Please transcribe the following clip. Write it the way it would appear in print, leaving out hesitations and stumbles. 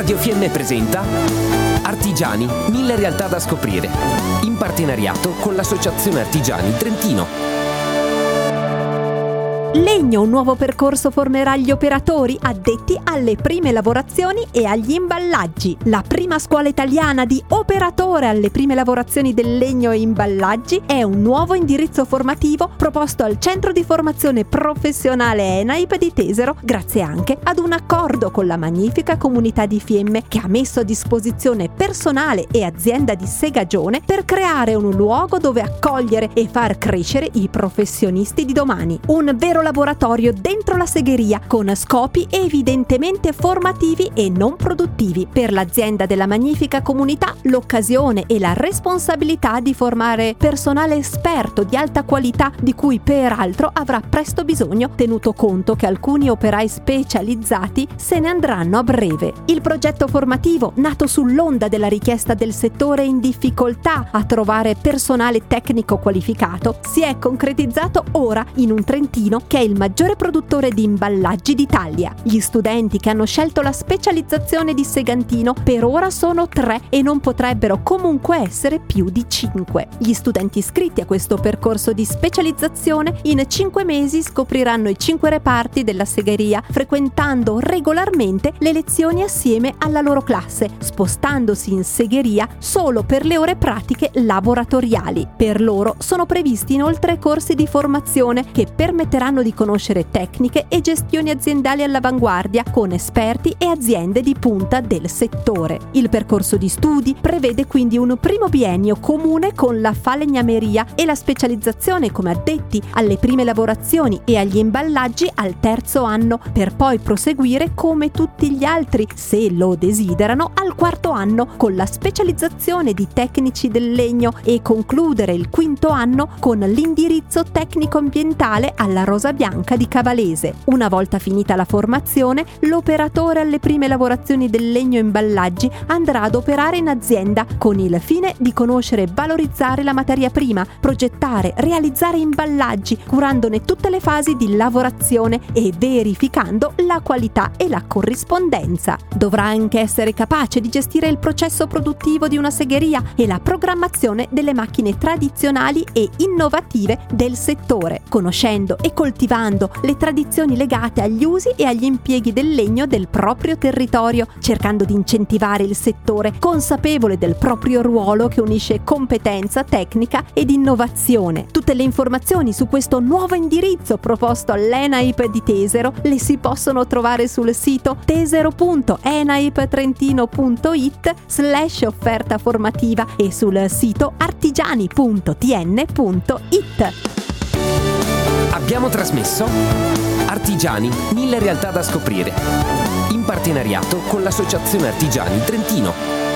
Radio Fiemme presenta Artigiani, 1000 realtà da scoprire, in partenariato con l'Associazione Artigiani Trentino. Legno, un nuovo percorso formerà gli operatori addetti alle prime lavorazioni e agli imballaggi. La prima scuola italiana di operatore alle prime lavorazioni del legno e imballaggi è un nuovo indirizzo formativo proposto al Centro di Formazione Professionale ENAIP di Tesero, grazie anche ad un accordo con la magnifica comunità di Fiemme che ha messo a disposizione personale e azienda di Segagione per creare un luogo dove accogliere e far crescere i professionisti di domani. Un vero laboratorio dentro la segheria con scopi evidentemente formativi e non produttivi. Per l'azienda della magnifica comunità l'occasione e la responsabilità di formare personale esperto di alta qualità di cui peraltro avrà presto bisogno, tenuto conto che alcuni operai specializzati se ne andranno a breve. Il progetto formativo, nato sull'onda della richiesta del settore in difficoltà a trovare personale tecnico qualificato, si è concretizzato ora in un Trentino che è il maggiore produttore di imballaggi d'Italia. Gli studenti che hanno scelto la specializzazione di Segantino per ora sono 3 e non potrebbero comunque essere più di 5. Gli studenti iscritti a questo percorso di specializzazione in 5 mesi scopriranno i 5 reparti della segheria, frequentando regolarmente le lezioni assieme alla loro classe, spostandosi in segheria solo per le ore pratiche laboratoriali. Per loro sono previsti inoltre corsi di formazione che permetteranno di conoscere tecniche e gestioni aziendali all'avanguardia con esperti e aziende di punta del settore. Il percorso di studi prevede quindi un primo biennio comune con la falegnameria e la specializzazione come addetti alle prime lavorazioni e agli imballaggi al terzo anno, per poi proseguire come tutti gli altri, se lo desiderano, al quarto anno con la specializzazione di tecnici del legno e concludere il quinto anno con l'indirizzo tecnico ambientale alla Rosa Bianca di Cavalese. Una volta finita la formazione, l'operatore alle prime lavorazioni del legno imballaggi andrà ad operare in azienda con il fine di conoscere e valorizzare la materia prima, progettare, realizzare imballaggi, curandone tutte le fasi di lavorazione e verificando la qualità e la corrispondenza. Dovrà anche essere capace di gestire il processo produttivo di una segheria e la programmazione delle macchine tradizionali e innovative del settore, conoscendo e coltivando le tradizioni legate agli usi e agli impieghi del legno del proprio territorio, cercando di incentivare il settore, consapevole del proprio ruolo che unisce competenza, tecnica ed innovazione. Tutte le informazioni su questo nuovo indirizzo proposto all'ENAIP di Tesero le si possono trovare sul sito tesero.enaiptrentino.it/offerta formativa e sul sito artigiani.tn.it. Abbiamo trasmesso Artigiani, 1000 realtà da scoprire, in partenariato con l'Associazione Artigiani Trentino.